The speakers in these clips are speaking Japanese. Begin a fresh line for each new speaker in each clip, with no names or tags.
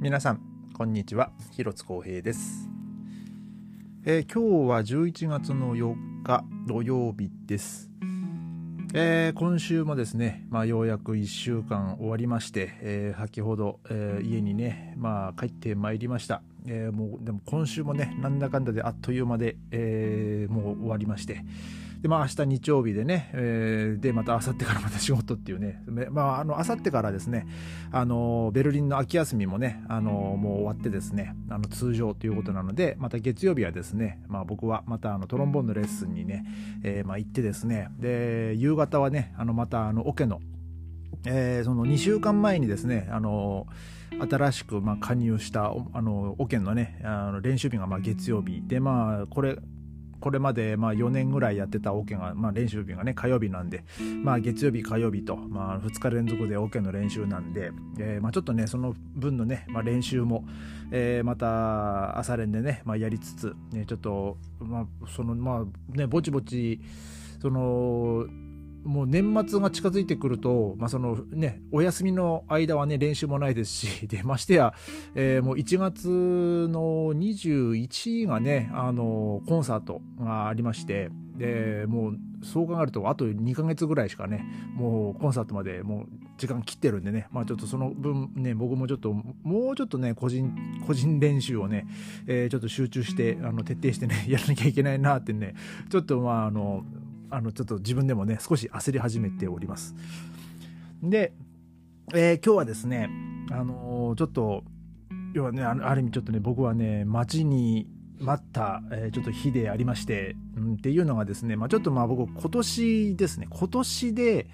皆さんこんにちは、広津光平です。今日は11月の4日土曜日です。今週もですね、ようやく1週間終わりまして、先ほど、家にね、帰ってまいりました。でも今週もね、なんだかんだであっという間で、もう終わりまして、で明日日曜日でね、でまた明後日からまた仕事っていうね、明後日からですね、ベルリンの秋休みもね、もう終わってですね、通常ということなので、また月曜日はですね、僕はまたトロンボーンのレッスンにね、行ってですね、で夕方はね、またオケの、その2週間前にですね、新しく加入したオケのね、練習日が月曜日で、これまで4年ぐらいやってたオケが、練習日がね火曜日なんで、月曜日火曜日と、2日連続でオケの練習なんで、ちょっとねその分のね、練習も、また朝練でね、やりつつ、ね、ちょっとぼちぼちもう年末が近づいてくると、お休みの間はね練習もないですし、でましてや、もう1月の21がねコンサートがありまして、でもうそう考えるとあと2ヶ月ぐらいしかね、もうコンサートまでもう時間切ってるんでね、ちょっとその分ね、僕ももうちょっとね個人練習をね、ちょっと集中して徹底してねやらなきゃいけないなってね、ちょっとちょっと自分でもね少し焦り始めております。で、今日はですね、ちょっと要はね、ある意味ちょっとね、僕はね待ちに待った、ちょっと日でありまして、っていうのがですね、ちょっと僕今年で、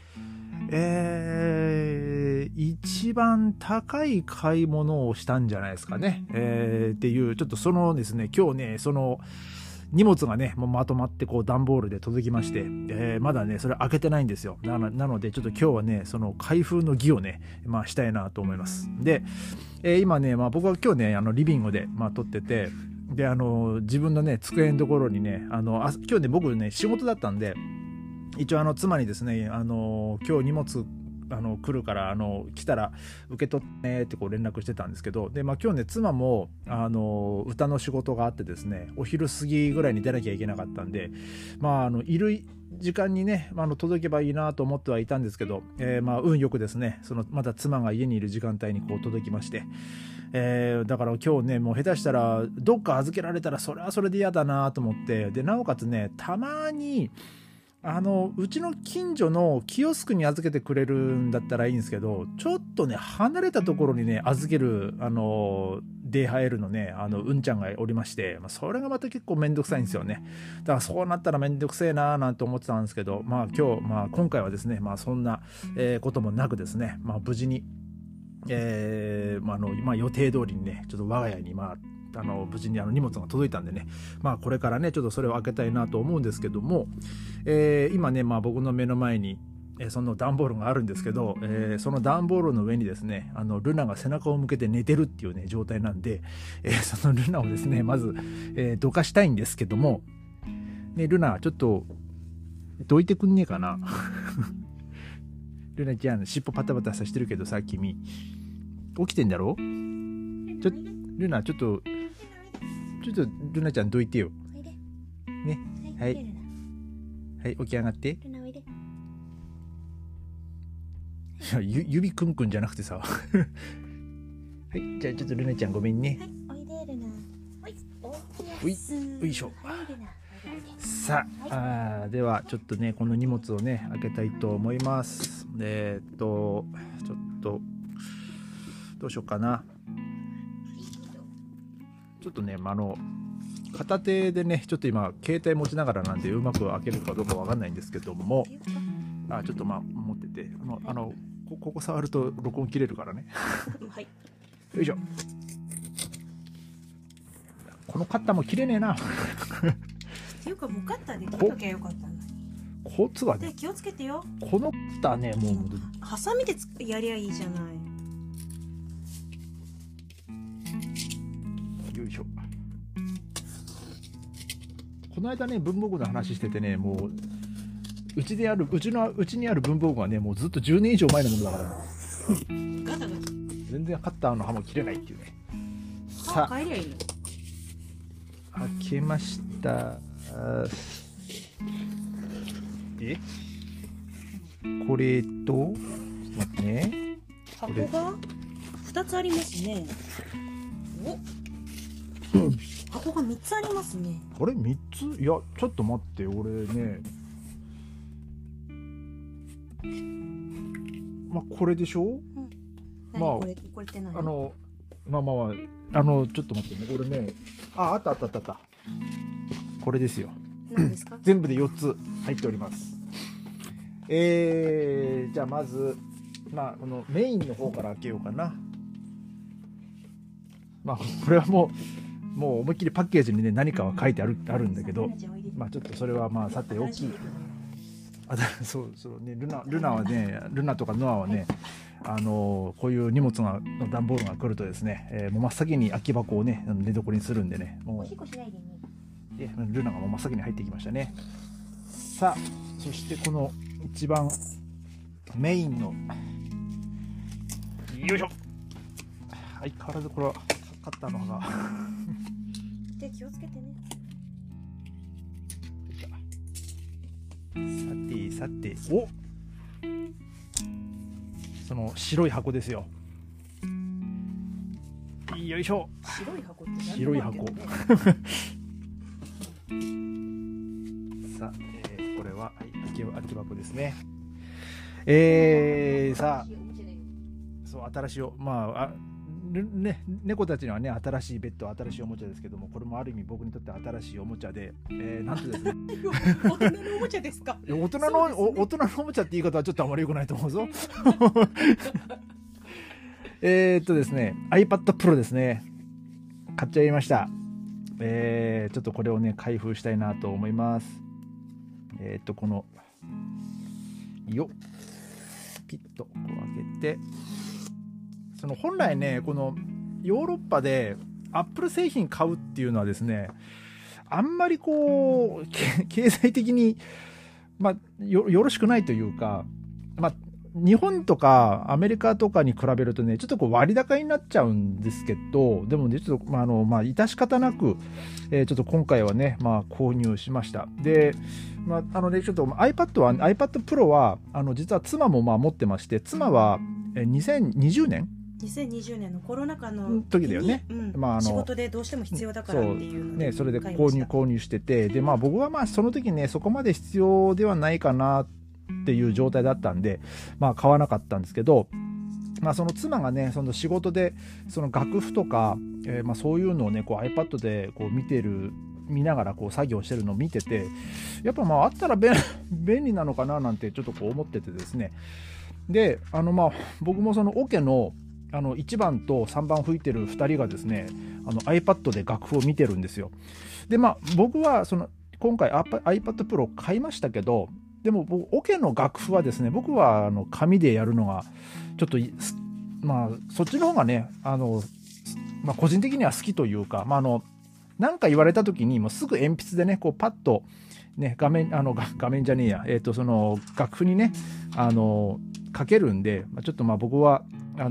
一番高い買い物をしたんじゃないですかね、っていうちょっとそのですね、今日ねその荷物がねもうまとまってこう段ボールで届きまして、まだねそれ開けてないんですよ。なのでちょっと今日はねその開封の儀をねしたいなと思います。で、今ね僕は今日ねリビングで撮ってて、で自分のね机のところにね今日ね僕ね仕事だったんで、一応妻にですね今日荷物来るから来たら受け取ってねってこう連絡してたんですけど、で今日ね妻も歌の仕事があってですね、お昼過ぎぐらいに出なきゃいけなかったんで、いる時間にね届けばいいなと思ってはいたんですけど、運よくですねまた妻が家にいる時間帯にこう届きまして、だから今日ねもう下手したらどっか預けられたらそれはそれで嫌だなと思って、でなおかつねたまにうちの近所のキオスクに預けてくれるんだったらいいんですけど、ちょっとね離れたところにね預けるDHL のねうんちゃんがおりまして、それがまた結構めんどくさいんですよね。だからそうなったらめんどくせえなーなんて思ってたんですけど、今回はですねそんな、こともなくですね、無事に、予定通りにねちょっと我が家に無事に荷物が届いたんでね、これからねちょっとそれを開けたいなと思うんですけども、今ね僕の目の前にその段ボールがあるんですけど、その段ボールの上にですねルナが背中を向けて寝てるっていうね状態なんで、そのルナをですねまず、どかしたいんですけども、ね、ルナちょっとどいてくんねえかなルナちゃん尻尾パタパタさしてるけどさ、君起きてんだろ。ルナちょっとルナちゃんどいてよね。はい起き上がって。指くんくんじゃなくてさはいじゃあちょっとルナちゃんごめんね。よいしょ。さあ、ではちょっとねこの荷物をね開けたいと思います。ちょっとどうしようかな。ちょっとね片手でねちょっと今携帯持ちながらなんでうまく開けるかどうかわかんないんですけども、ちょっと持っててここ触ると録音切れるからねはいよいしょ。このカッターも切れねえな
っていうかもうカッターで切っときゃよかったのに。
コツはね
気をつけてよ。
このカッターねもう
ハサミでやりゃいいじゃない。
よいしょ。この間ね文房具の話しててね、もううちにある文房具はねもうずっと10年以上前のものだから
ガタガタ
全然カッターの刃も切れないっていうね。 さあ
帰りゃいいの。
開けました。これとちょっと待ってね。
箱が2つありますね。お、箱が3つありますね。
これ3つ？いやちょっと待って、俺ね、まあこれでしょ。まあ
これって何？
ちょっと待ってね、俺ね、あった。これですよ。
何ですか？
全部で4つ入っております。じゃあまず、このメインの方から開けようかな。これはもう思いっきりパッケージにね何かは書いてあるんだけど、ちょっとそれはさておき。そうね、ルナはね、ルナとかノアはね、こういう荷物の段ボールが来るとですね、もう真っ先に空き箱をね寝床にするんでね、もうルナがもう真っ先に入ってきましたね。さあ、そしてこの一番メインの、よいしょ。相変わらずこれはカッターの刃が
で、気をつけてね。
さて、その白い箱ですよ。よいしょ。
白い箱って何？
白い箱。さあ、これは空き箱ですね。さあ、そう新しい猫たちにはね新しいベッド、新しいおもちゃですけども、これもある意味僕にとって新しいおもちゃで、なんとですね
大人のおもちゃですか？
大人のおもちゃって言い方はちょっとあまり良くないと思うぞ。ですね、iPad Pro ですね、買っちゃいました。ちょっとこれをね開封したいなと思います。このピッとこう開けて、その本来ねこのヨーロッパでアップル製品買うっていうのはですね、あんまりこう経済的によろしくないというか、日本とかアメリカとかに比べるとねちょっとこう割高になっちゃうんですけど、でもねちょっと致し方なく、ちょっと今回はね購入しました。でちょっと iPad Pro は実は妻も持ってまして、妻は2020年
のコロナ禍の
時だよね。
仕事でどうしても必要だからっていうので、
それで購入してて、で僕はその時ねそこまで必要ではないかなっていう状態だったんで買わなかったんですけど、その妻がねその仕事でその楽譜とか、そういうのをねこう iPad でこう見ながらこう作業してるのを見てて、やっぱあったら便利なのかななんてちょっとこう思っててですね。で僕もそのオケの1番と3番吹いてる2人がですねiPad で楽譜を見てるんですよ。で僕はその今回 iPad Pro 買いましたけど、でもオケの楽譜はですね、僕は紙でやるのがちょっとそっちの方がね個人的には好きというか、なんか言われた時にもうすぐ鉛筆でねこうパッとね画面じゃねえや、その楽譜にね書けるんで、ちょっと僕は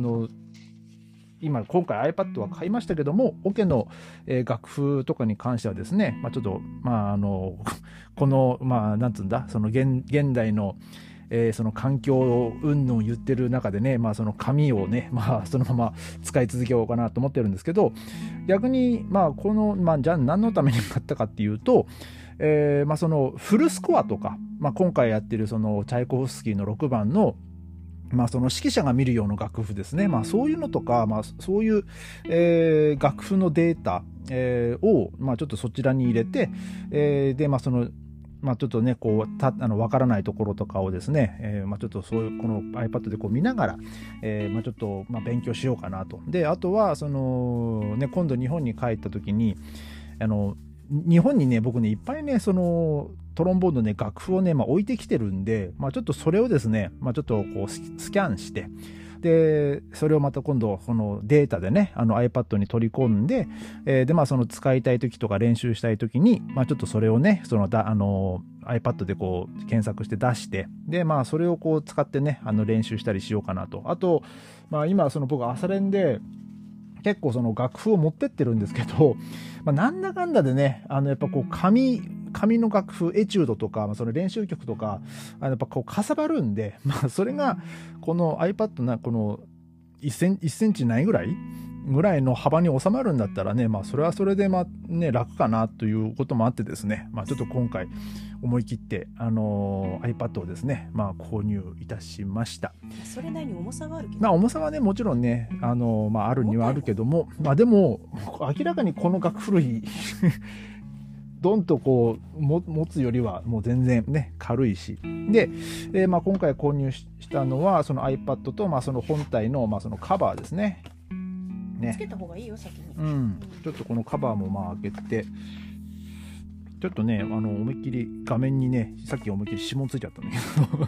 今回 iPad は買いましたけども、オケの、楽譜とかに関してはですね、ちょっとこのなんつうんだ、その現代のその環境云々言ってる中でね、その紙をね、そのまま使い続けようかなと思ってるんですけど、逆にこのじゃあ何のために買ったかっていうと、そのフルスコアとか、今回やってるそのチャイコフスキーの6番のその指揮者が見るような楽譜ですね、そういうのとか、そういう、楽譜のデータ、を、ちょっとそちらに入れて、でそのちょっとねこう分からないところとかをですね、ちょっとそういうこの iPad でこう見ながら、ちょっと勉強しようかなと。であとはそのね今度日本に帰った時に日本にね僕ねいっぱいねそのトロンボーンのね楽譜をね置いてきてるんで、ちょっとそれをですねちょっとこうスキャンして、でそれをまた今度このデータでねiPad に取り込んで、でその使いたい時とか練習したい時にちょっとそれをねiPad でこう検索して出して、でそれをこう使ってね練習したりしようかなと。あと今その僕朝練で結構その楽譜を持ってってるんですけど、なんだかんだでね、やっぱこう紙の楽譜、エチュードとか、その練習曲とか、やっぱこうかさばるんで、それがこの iPad なこの1センチないぐらいの幅に収まるんだったらね、それはそれで楽かなということもあってですね、ちょっと今回思い切って、iPad をですね、購入いたしました。
それなりに重さはあるけど、
重さはねもちろんねあるにはあるけども、でも明らかにこの楽譜類ドンとこう持つよりはもう全然ね軽いし、で、今回購入したのはその iPad と、その本体の、そのカバーですね。
つけた方がいいよ先に。
ちょっとこのカバーも開けて、ちょっとね思いっきり画面にねさっき思いっきり指紋ついちゃったんだけど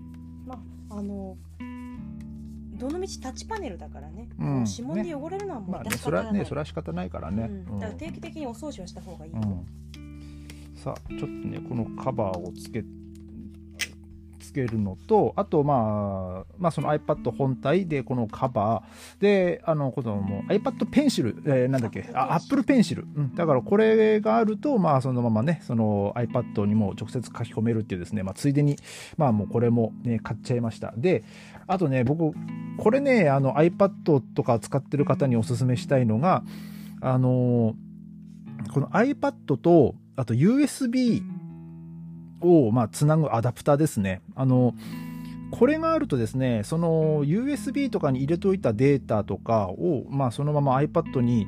どのみちタッチパネルだからね、指紋で汚れるのはもう
それはねそれは仕方ないからね、
だから定期的にお掃除をした方がいいよ。
さあちょっとねこのカバーをつけるのと、あとその iPad 本体でこのカバーでこのもう iPad ペンシル、Apple ペンシル、だからこれがあるとそのままねその iPad にも直接書き込めるっていうですね、ついでにもうこれもね買っちゃいました。であとね僕これねiPad とか使ってる方におすすめしたいのがこの iPad とあと USBをつなぐアダプターですね。これがあるとですね、その USB とかに入れといたデータとかをそのまま iPad に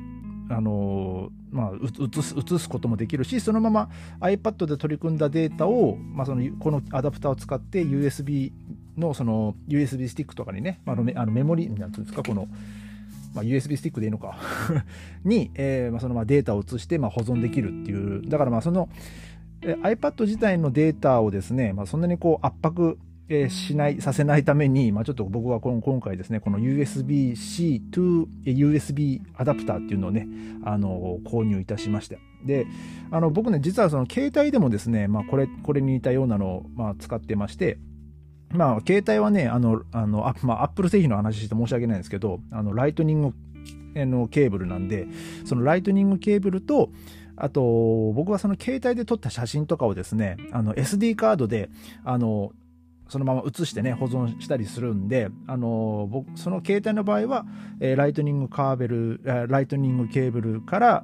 移すこともできるし、そのまま iPad で取り組んだデータを、このアダプターを使って USB のその USB スティックとかにね、メモリなんていうんですか、このUSB スティックでいいのかに、そのデータを移して保存できるっていう。だからそのiPad 自体のデータをですね、そんなにこう圧迫させないために、ちょっと僕は今回ですね、この USB-C to USB アダプターっていうのをね、購入いたしました。で、僕ね、実はその携帯でもですね、これに似たようなのを使ってまして、携帯はね、Apple 製品の話して申し訳ないんですけど、ライトニングのケーブルなんで、そのライトニングケーブルと、あと僕はその携帯で撮った写真とかをですねSD カードでそのまま写してね保存したりするんで僕その携帯の場合はライトニングケーブルから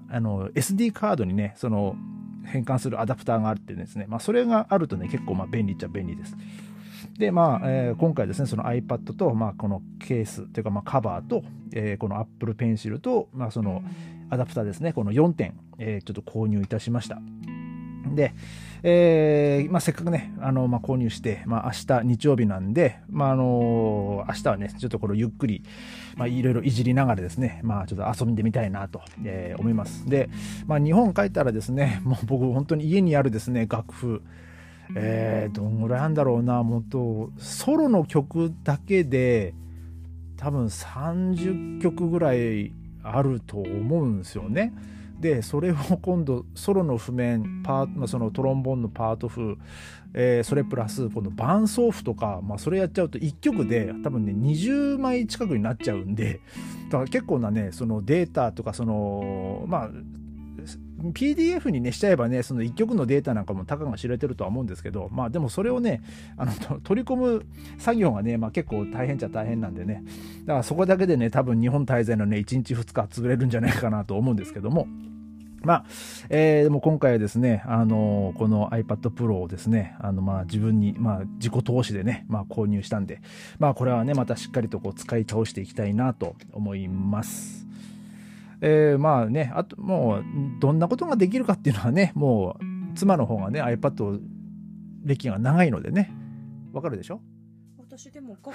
SD カードにねその変換するアダプターがあってですね、それがあるとね結構便利っちゃ便利です。で今回ですねその iPad と、このケースというか、カバーと、この Apple Pencil と、そのアダプターですねこの4点、ちょっと購入いたしました。で、せっかくね購入して、明日日曜日なんで、明日はねちょっとこれゆっくり、いろいろいじりながらですねちょっと遊んでみたいなと、思います。で、日本帰ったらですねもう僕本当に家にあるですね楽譜どんぐらいなんだろうな、もっとソロの曲だけで多分30曲ぐらいあると思うんですよね。でそれを今度ソロの譜面そのトロンボーンのパート譜、それプラス今度伴奏譜とか、それやっちゃうと1曲で多分ね20枚近くになっちゃうんで、だから結構なねそのデータとかそのPDF にねしちゃえばねその1曲のデータなんかもたかが知れてるとは思うんですけど、でもそれをね取り込む作業がね、結構大変っちゃ大変なんでね、だからそこだけでね多分日本滞在のね1日2日潰れるんじゃないかなと思うんですけども、でも今回はですねこの iPad Pro をですね自分に自己投資でね購入したんでこれはねまたしっかりとこう使い倒していきたいなと思います。あともうどんなことができるかっていうのはねもう妻の方がね iPad 歴が長いのでねわかるでしょ。
私でも楽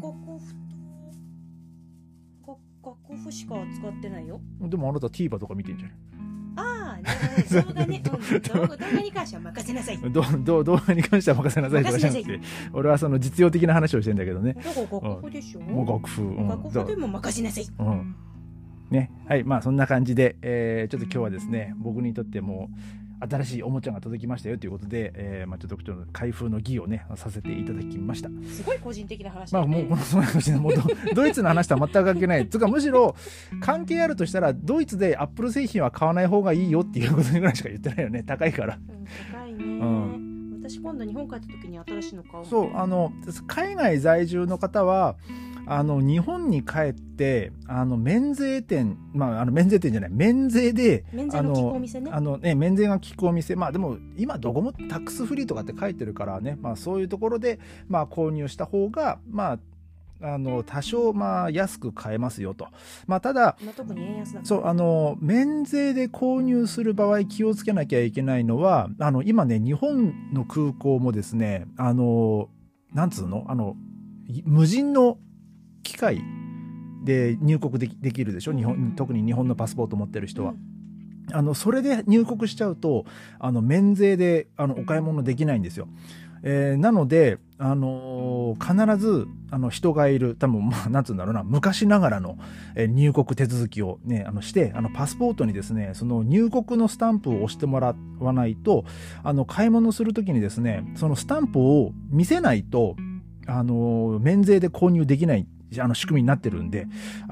譜しか使ってないよ。
でもあなた TVer とか見てんじゃない。
動画ね、動画に関しては任せなさい。
動画に関しては任せなさいとかじゃなくて、俺はその実用的な話をしてんだけどね。
だから楽譜でしょ。
もう楽譜。
楽譜でも任せなさい。
ね、はい、そんな感じで、ちょっと今日はですね僕にとっても新しいおもちゃが届きましたよということで、ちょっと開封の儀をねさせていただきました。
すごい個人的な話だね。
もうこのその話もうドイツの話とは全く関係ないつうか、むしろ関係あるとしたらドイツでアップル製品は買わない方がいいよっていうことぐらいしか言ってないよね。高いから、
高いね、私今度日本帰った時に新しいの買おう。
そう海外在住の方は日本に帰って免税店、免税店じゃない免税で
免税の利くお店ね、
免税が利くお店、でも今どこもタックスフリーとかって書いてるからね、そういうところで購入した方が多少安く買えますよと。ただ、
特に円安だから
そう免税で購入する場合気をつけなきゃいけないのは今ね日本の空港もですねなんつうの無人の機械で入国できるでしょ、特に日本のパスポート持ってる人は。それで入国しちゃうと免税でお買い物できないんですよ。なので、必ず人がいる多分なんつうんだろうな、昔ながらの入国手続きをねしてパスポートにですねその入国のスタンプを押してもらわないと買い物するときにですねそのスタンプを見せないと免税で購入できない仕組みになってるんで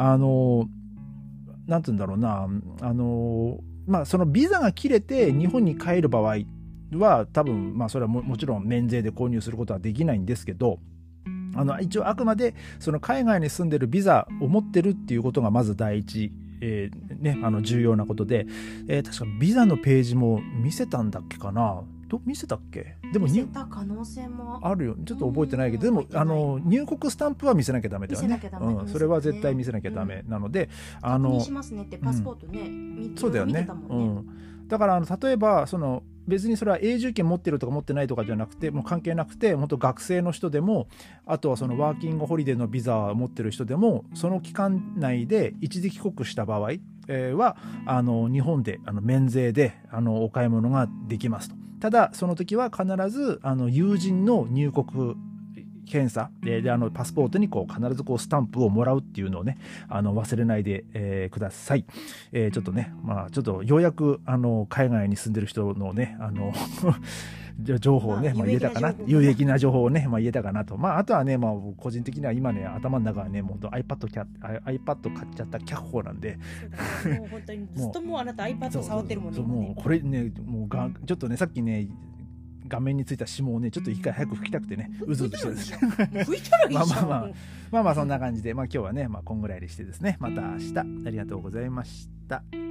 なんつうんだろうなそのビザが切れて日本に帰る場合は多分それは もちろん免税で購入することはできないんですけど一応あくまでその海外に住んでるビザを持ってるっていうことがまず第一、重要なことで、確かビザのページも見せたんだっけかな、見せたっけ、でも
見せた可能性も
あるよ、ちょっと覚えてないけど、でも入国スタンプは見せなきゃダメだよね。それは絶対見せなきゃダメなので、
確認しますねってパスポートね、
そうだよね。だから例えば別にそれは永住権持ってるとか持ってないとかじゃなくてもう関係なくて、本当学生の人でもあとはそのワーキングホリデーのビザを持ってる人でもその期間内で一時帰国した場合は日本で免税でお買い物ができますと。ただその時は必ず友人の入国検査でパスポートに必ずスタンプをもらうっていうのをね忘れないで、ください。ちょっとねちょっとようやく海外に住んでる人のね情報をね、言えたかな、有益な情報をね、言えたかなと。あとはね、個人的には今ね、頭の中はね、もう iPad 買っちゃったキャッホーなんで。
もう本当にずっともうあなた iPad 触ってるもんね。
もうこれね、ちょっとね、さっきね、画面についた霜をね、ちょっと一回早く拭きたくてね、うずうずしてるんです
拭いたらいいじゃん。
そんな感じで、今日はね、こんぐらいにしてですね、また明日、ありがとうございました。